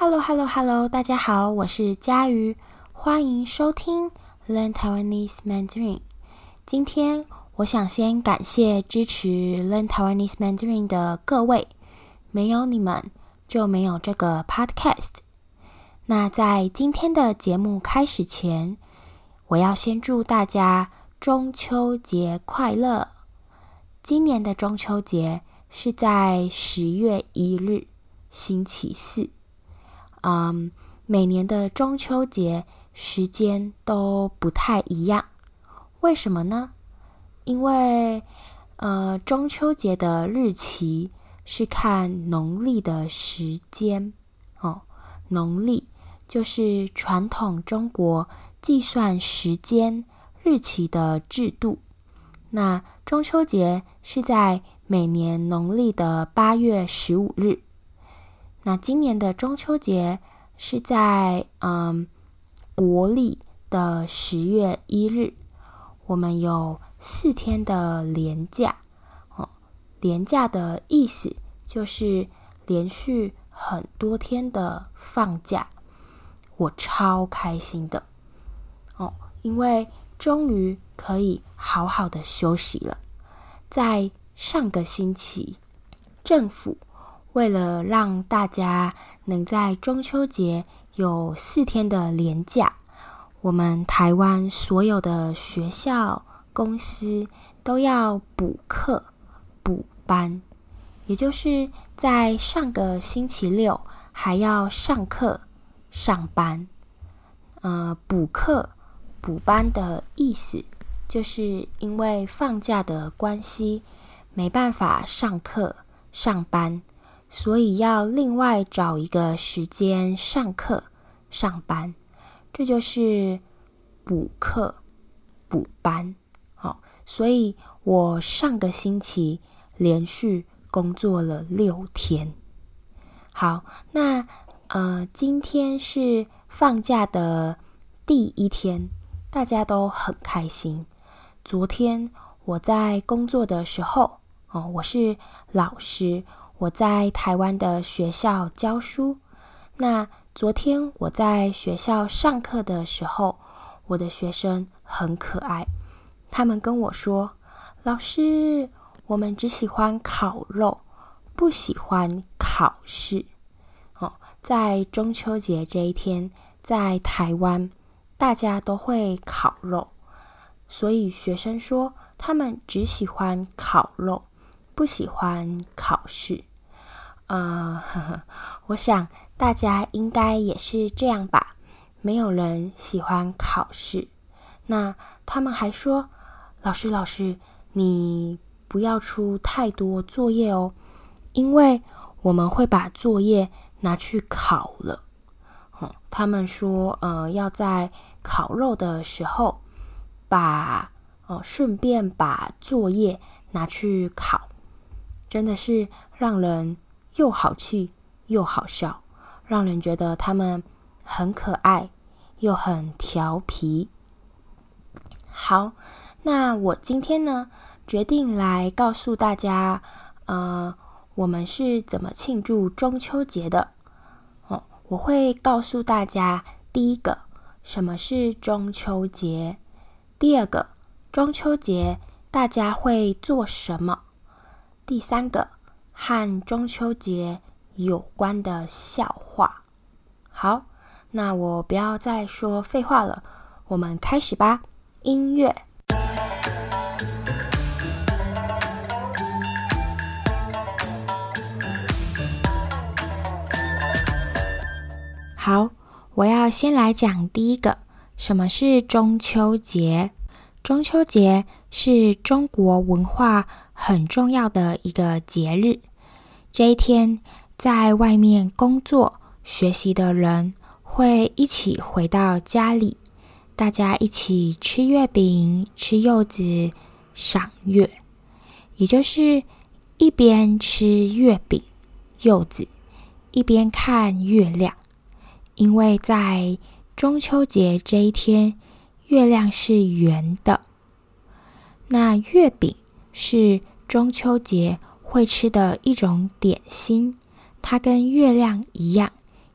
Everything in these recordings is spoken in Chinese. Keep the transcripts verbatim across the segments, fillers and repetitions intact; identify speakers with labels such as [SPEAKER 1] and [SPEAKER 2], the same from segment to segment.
[SPEAKER 1] Hello Hello Hello， 大家好，我是佳瑜，欢迎收听 Learn Taiwanese Mandarin。今天我想先感谢支持 Learn Taiwanese Mandarin 的各位，没有你们就没有这个 podcast。那在今天的节目开始前，我要先祝大家中秋节快乐。今年的中秋节是在十月一日，星期四。嗯，每年的中秋节时间都不太一样，为什么呢？因为呃，中秋节的日期是看农历的时间哦，农历就是传统中国计算时间日期的制度。那中秋节是在每年农历的八月十五日。那今年的中秋节是在嗯国历的十月一日，我们有四天的连假哦。连假的意思就是连续很多天的放假，我超开心的哦，因为终于可以好好的休息了。在上个星期，政府为了让大家能在中秋节有四天的连假，我们台湾所有的学校、公司都要补课、补班，也就是在上个星期六还要上课、上班。呃，补课、补班的意思，就是因为放假的关系，没办法上课、上班。所以要另外找一个时间上课、上班，这就是补课、补班。好，所以我上个星期连续工作了六天。好，那呃，今天是放假的第一天，大家都很开心。昨天我在工作的时候，哦，我是老师。我在台湾的学校教书，那昨天我在学校上课的时候，我的学生很可爱，他们跟我说，老师，我们只喜欢烤肉，不喜欢考试。哦，在中秋节这一天，在台湾大家都会烤肉，所以学生说他们只喜欢烤肉，不喜欢考试。呃，呵呵，我想大家应该也是这样吧，没有人喜欢考试。那他们还说，老师老师，你不要出太多作业哦，因为我们会把作业拿去烤了。嗯，他们说，呃，要在烤肉的时候把，呃，顺便把作业拿去烤，真的是让人又好气又好笑，让人觉得他们很可爱又很调皮。好，那我今天呢，决定来告诉大家，呃，我们是怎么庆祝中秋节的。哦，我会告诉大家，第一个，什么是中秋节；第二个，中秋节大家会做什么；第三个，和中秋节有关的笑话。好，那我不要再说废话了，我们开始吧。音乐。好，我要先来讲第一个，什么是中秋节？中秋节是中国文化很重要的一个节日。这一天，在外面工作、学习的人会一起回到家里，大家一起吃月饼、吃柚子、赏月，也就是一边吃月饼、柚子，一边看月亮。因为在中秋节这一天，月亮是圆的。那月饼是中秋节会吃的一种点心，它跟月亮一样，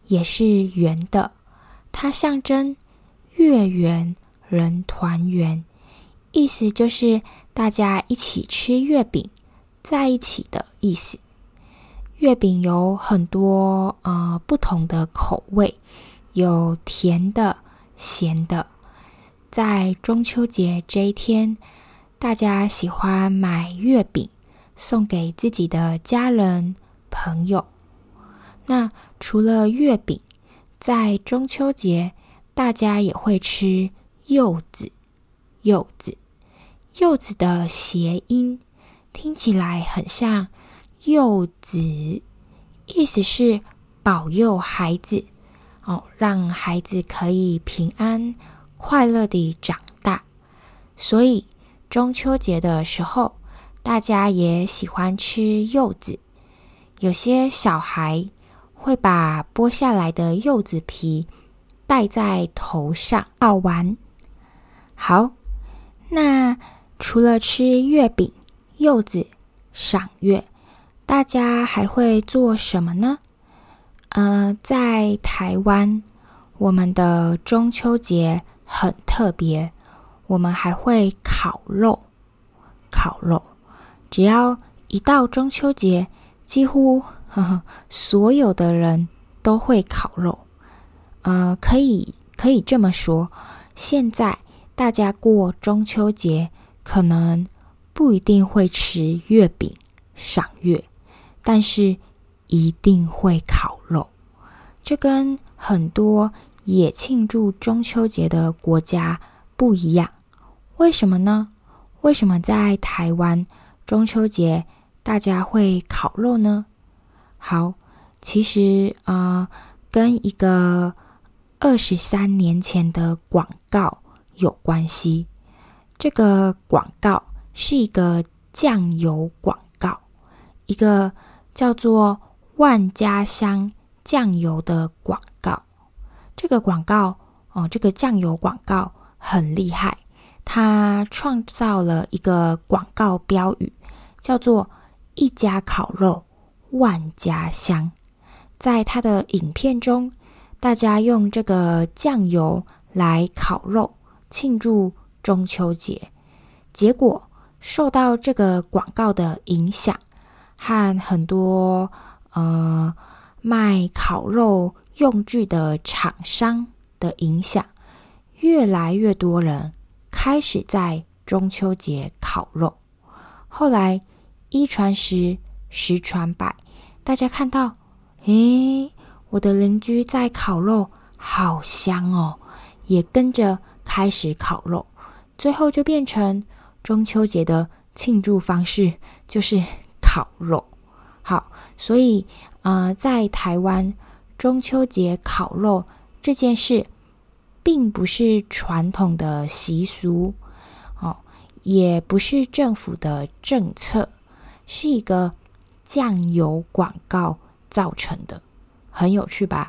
[SPEAKER 1] 也是圆的，它象征月圆人团圆，意思就是大家一起吃月饼，在一起的意思。月饼有很多呃不同的口味，有甜的、咸的。在中秋节这一天，大家喜欢买月饼送给自己的家人、朋友。那除了月饼，在中秋节大家也会吃柚子。柚子，柚子的谐音听起来很像柚子，意思是保佑孩子哦，让孩子可以平安快乐地长大。所以中秋节的时候，大家也喜欢吃柚子。有些小孩会把剥下来的柚子皮戴在头上，好玩。好，那除了吃月饼、柚子、赏月，大家还会做什么呢？呃，在台湾，我们的中秋节很特别，我们还会烤肉。烤肉，只要一到中秋节，几乎呵呵所有的人都会烤肉。呃，可以可以这么说，现在大家过中秋节，可能不一定会吃月饼、赏月，但是一定会烤肉。这跟很多也庆祝中秋节的国家不一样。为什么呢？为什么在台湾中秋节大家会烤肉呢？好，其实呃，跟一个二十三年前的广告有关系。这个广告是一个酱油广告，一个叫做万家香酱油的广告。这个广告哦，这个酱油广告很厉害，它创造了一个广告标语，叫做一家烤肉万家香。在它的影片中，大家用这个酱油来烤肉庆祝中秋节，结果受到这个广告的影响，和很多呃卖烤肉用具的厂商的影响，越来越多人开始在中秋节烤肉。后来一传十，十传百，大家看到，诶，我的邻居在烤肉，好香哦，也跟着开始烤肉。最后就变成中秋节的庆祝方式就是烤肉。好，所以呃，在台湾中秋节烤肉这件事并不是传统的习俗哦，也不是政府的政策，是一个酱油广告造成的，很有趣吧？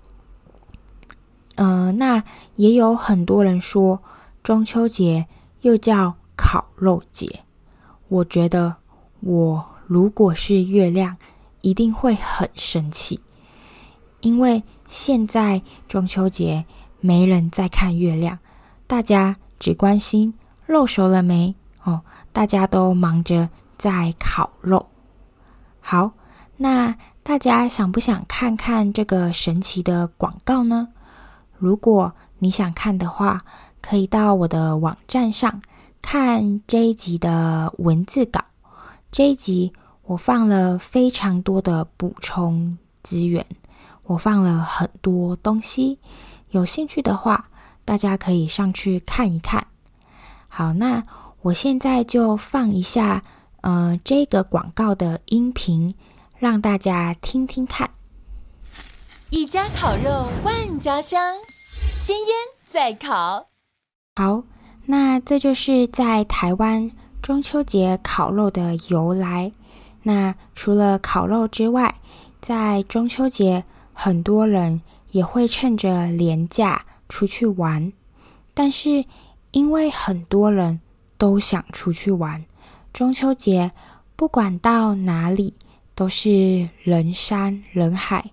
[SPEAKER 1] 呃，那也有很多人说中秋节又叫烤肉节。我觉得我如果是月亮，一定会很生气，因为现在中秋节没人在看月亮，大家只关心肉熟了没哦，大家都忙着在烤肉。好，那大家想不想看看这个神奇的广告呢？如果你想看的话，可以到我的网站上看这一集的文字稿。这一集我放了非常多的补充资源，我放了很多东西，有兴趣的话，大家可以上去看一看。好，那我现在就放一下呃这个广告的音频，让大家听听看。
[SPEAKER 2] 一家烤肉万家香，先腌再烤。
[SPEAKER 1] 好，那这就是在台湾中秋节烤肉的由来。那除了烤肉之外，在中秋节很多人也会趁着连假出去玩，但是因为很多人都想出去玩，中秋节不管到哪里都是人山人海，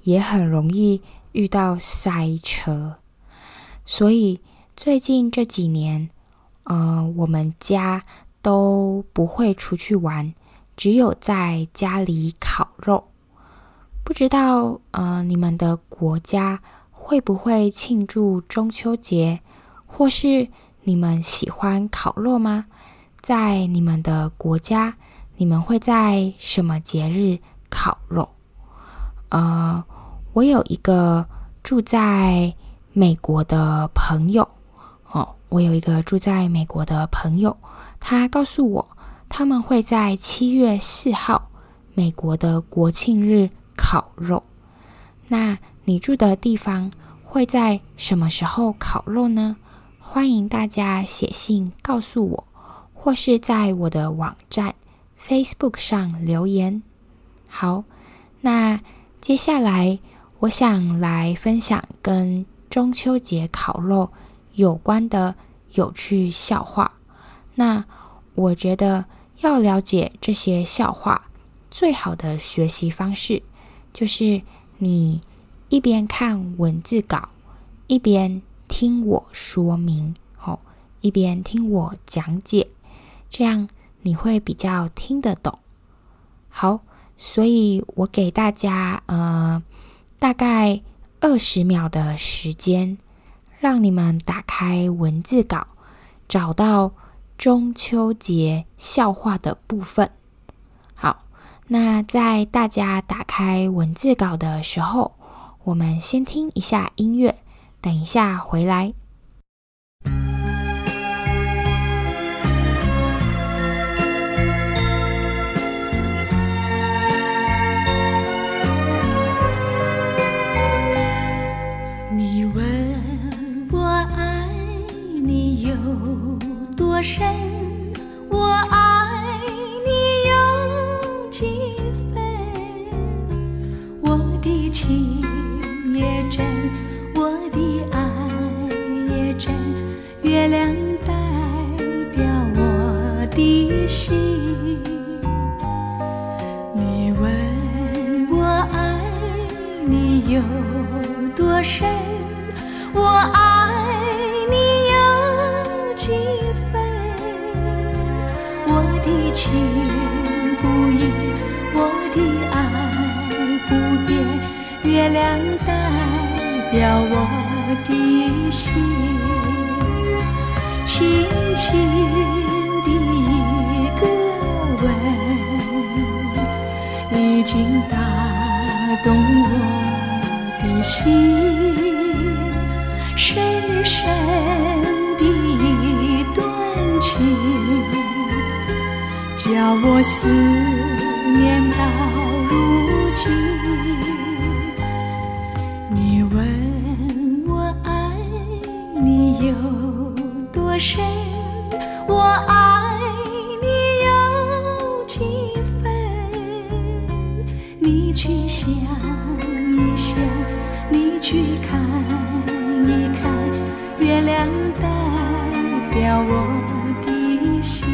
[SPEAKER 1] 也很容易遇到塞车。所以最近这几年，呃，我们家都不会出去玩，只有在家里烤肉。不知道呃，你们的国家会不会庆祝中秋节，或是你们喜欢烤肉吗？在你们的国家，你们会在什么节日烤肉？呃，我有一个住在美国的朋友，哦，我有一个住在美国的朋友，他告诉我，他们会在七月四号，美国的国庆日烤肉。那你住的地方会在什么时候烤肉呢？欢迎大家写信告诉我，或是在我的网站 Facebook 上留言。好，那接下来我想来分享跟中秋节烤肉有关的有趣笑话。那我觉得要了解这些笑话，最好的学习方式就是你一边看文字稿，一边听我说明，哦，一边听我讲解，这样你会比较听得懂。好，所以我给大家呃大概二十秒的时间，让你们打开文字稿，找到中秋节笑话的部分。好，那在大家打开文字稿的时候，我们先听一下音乐，等一下回来。
[SPEAKER 3] 你问我爱你有多深，我爱你有几分，我的情也真，我的爱也真，月亮代表我的心。你问我爱你有多深，我爱你有几分，我的情不移，我的爱不变，月亮代表我的心。轻轻的一个吻，已经打动我的心，深深的一段情，叫我思念到如今。你问我爱你有多深，我爱你有几分，你去想一想，你去看一看，月亮代表我的心。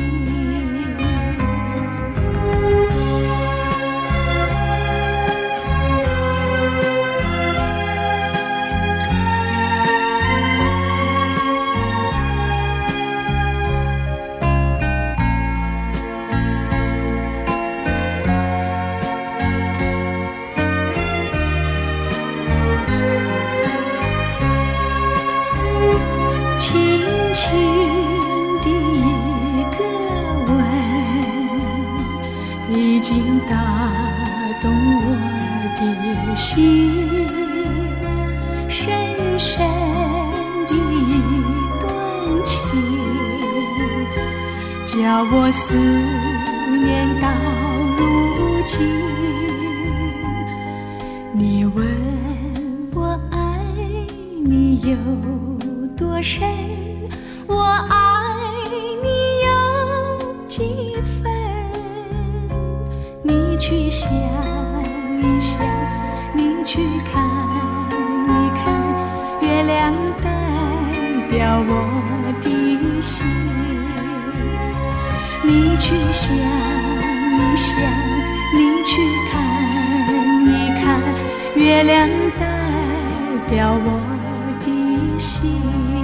[SPEAKER 3] 已经打动我的心，深深的一段情，叫我思念到如今。你问我爱你有多深，我爱你有几分，你去想一想，你去看一看，月亮代表我的心。你去想一想，你去看一看，月月亮代表我的心。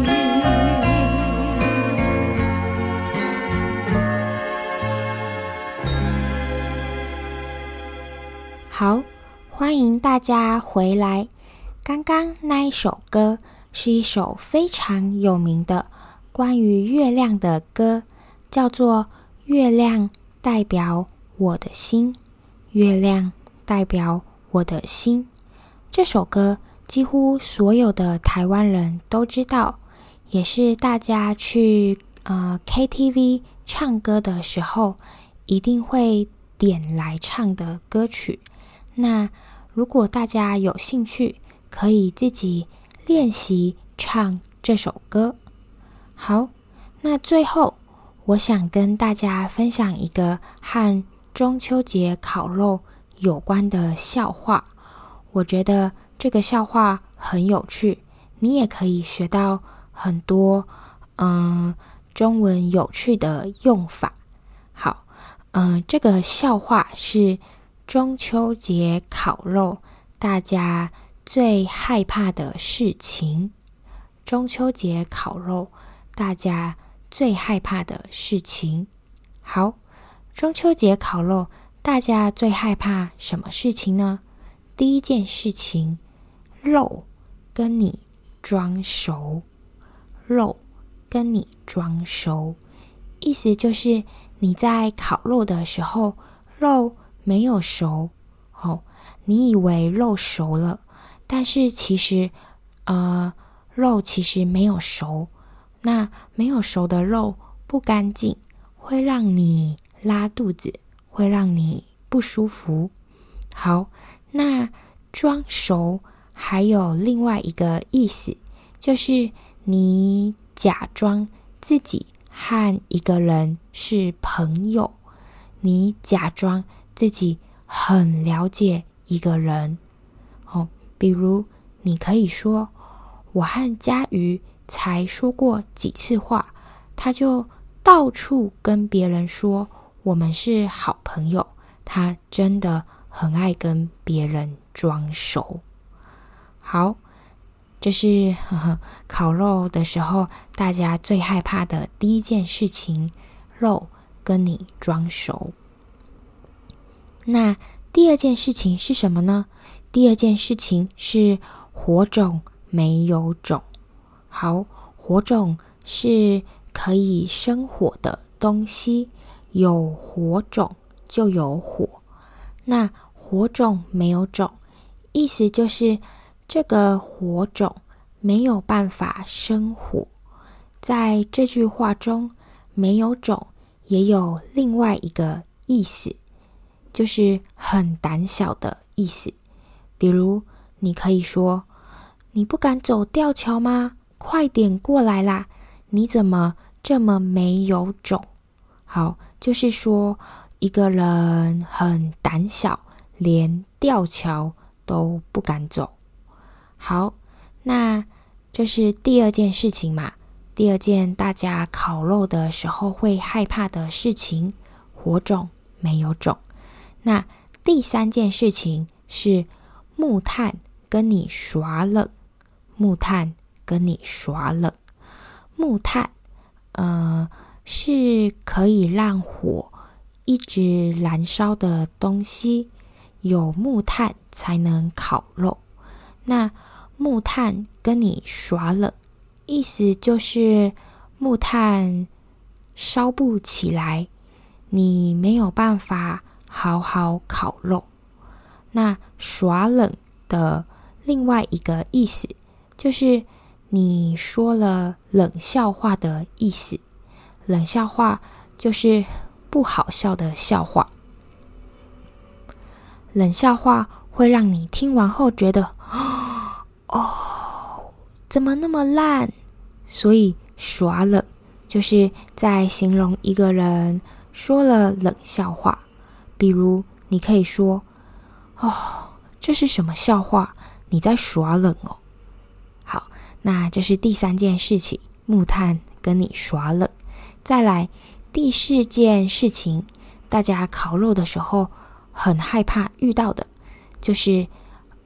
[SPEAKER 1] 好，欢迎大家回来。刚刚那一首歌是一首非常有名的关于月亮的歌，叫做《月亮代表我的心》。月亮代表我的心，这首歌几乎所有的台湾人都知道，也是大家去呃 K T V 唱歌的时候一定会点来唱的歌曲。那如果大家有兴趣，可以自己练习唱这首歌。好，那最后我想跟大家分享一个和中秋节烤肉有关的笑话。我觉得这个笑话很有趣，你也可以学到很多嗯中文有趣的用法。好，嗯，这个笑话是中秋节烤肉大家最害怕的事情。中秋节烤肉大家最害怕的事情。好，中秋节烤肉大家最害怕什么事情呢？第一件事情，肉跟你装熟。肉跟你装熟，意思就是你在烤肉的时候，肉没有熟。哦，你以为肉熟了，但是其实呃，肉其实没有熟。那没有熟的肉不干净，会让你拉肚子，会让你不舒服。好，那装熟还有另外一个意思，就是你假装自己和一个人是朋友，你假装自己很了解一个人。哦，比如你可以说，我和佳瑜才说过几次话，他就到处跟别人说我们是好朋友，他真的很爱跟别人装熟。好，这是呵呵烤肉的时候大家最害怕的第一件事情，肉跟你装熟。那第二件事情是什么呢？第二件事情是火种没有种。好，火种是可以生火的东西，有火种就有火。那火种没有种，意思就是这个火种没有办法生火。在这句话中，没有种也有另外一个意思，就是很胆小的意思。比如你可以说，你不敢走吊桥吗？快点过来啦，你怎么这么没有种？好，就是说一个人很胆小，连吊桥都不敢走。好，那这是第二件事情嘛，第二件大家烤肉的时候会害怕的事情，火种没有种。那第三件事情是木炭跟你耍冷。木炭跟你耍冷。木炭呃是可以让火一直燃烧的东西，有木炭才能烤肉。那木炭跟你耍冷，意思就是木炭烧不起来，你没有办法好好烤肉。那耍冷的另外一个意思，就是你说了冷笑话的意思。冷笑话就是不好笑的笑话。冷笑话会让你听完后觉得，哦，怎么那么烂？所以耍冷就是在形容一个人说了冷笑话。比如你可以说，哦，这是什么笑话？你在耍冷哦。好，那这是第三件事情，木炭跟你耍冷。再来第四件事情，大家烤肉的时候很害怕遇到的，就是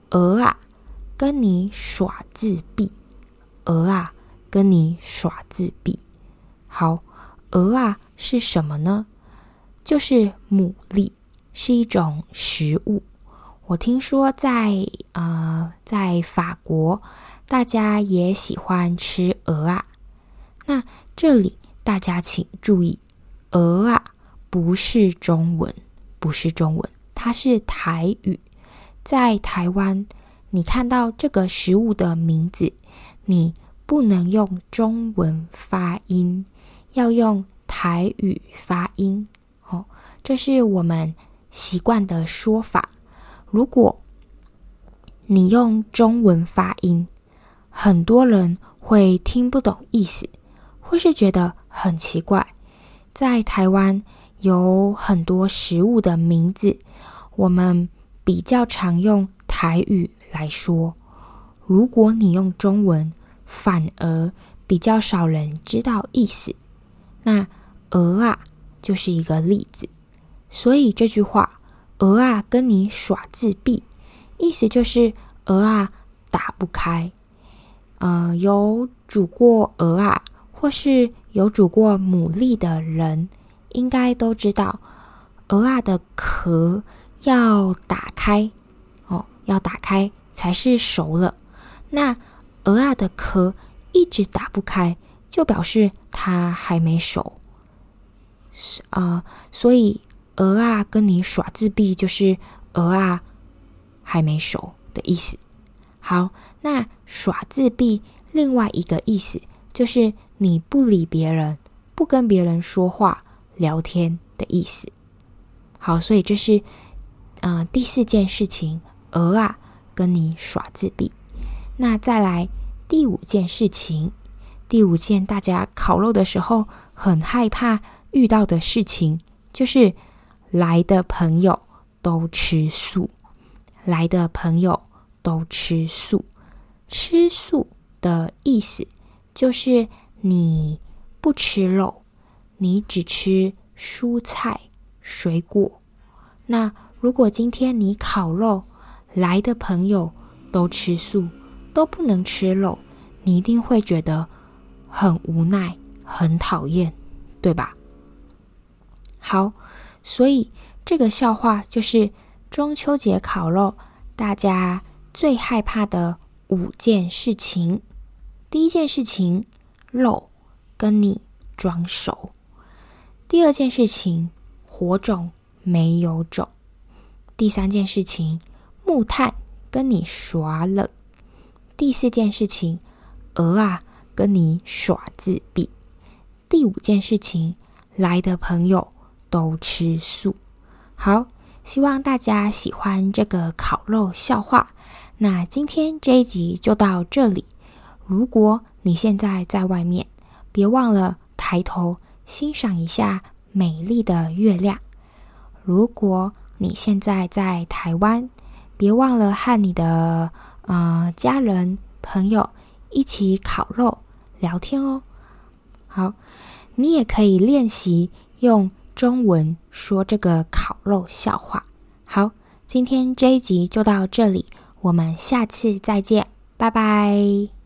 [SPEAKER 1] 鹅啊，跟你耍自闭。鹅啊，跟你耍自闭。好，鹅啊是什么呢？就是牡蛎，是一种食物。我听说在呃在法国，大家也喜欢吃鹅啊。那这里大家请注意，鹅啊不是中文，不是中文，它是台语。在台湾，你看到这个食物的名字，你不能用中文发音，要用台语发音。哦，这是我们习惯的说法。如果你用中文发音，很多人会听不懂意思，或是觉得很奇怪。在台湾有很多食物的名字，我们比较常用台语来说。如果你用中文，反而比较少人知道意思。那鹅啊就是一个例子。所以这句话，鹅啊跟你耍自闭，意思就是鹅啊打不开。呃，有煮过鹅啊，或是有煮过牡蛎的人，应该都知道，鹅啊的壳要打开，哦，要打开才是熟了。那鹅啊的壳一直打不开，就表示它还没熟。呃，所以鹅啊跟你耍自闭，就是鹅啊还没熟的意思。好，那耍自闭另外一个意思就是你不理别人，不跟别人说话聊天的意思。好，所以这是呃第四件事情，鹅啊跟你耍自闭。那再来第五件事情，第五件大家烤肉的时候很害怕遇到的事情，就是来的朋友都吃素。来的朋友都吃素。吃素的意思就是你不吃肉，你只吃蔬菜、水果。那如果今天你烤肉，来的朋友都吃素，都不能吃肉，你一定会觉得很无奈，很讨厌，对吧？好，所以这个笑话就是中秋节烤肉大家最害怕的五件事情。第一件事情，肉跟你装熟。第二件事情，火种没有种。第三件事情，木炭跟你耍冷。第四件事情，鹅啊跟你耍自闭。第五件事情，来的朋友都吃素。好，希望大家喜欢这个烤肉笑话。那今天这一集就到这里。如果你现在在外面，别忘了抬头欣赏一下美丽的月亮。如果你现在在台湾，别忘了和你的呃家人朋友一起烤肉聊天哦。好，你也可以练习用中文说这个烤肉笑话。好，今天这一集就到这里，我们下次再见，拜拜。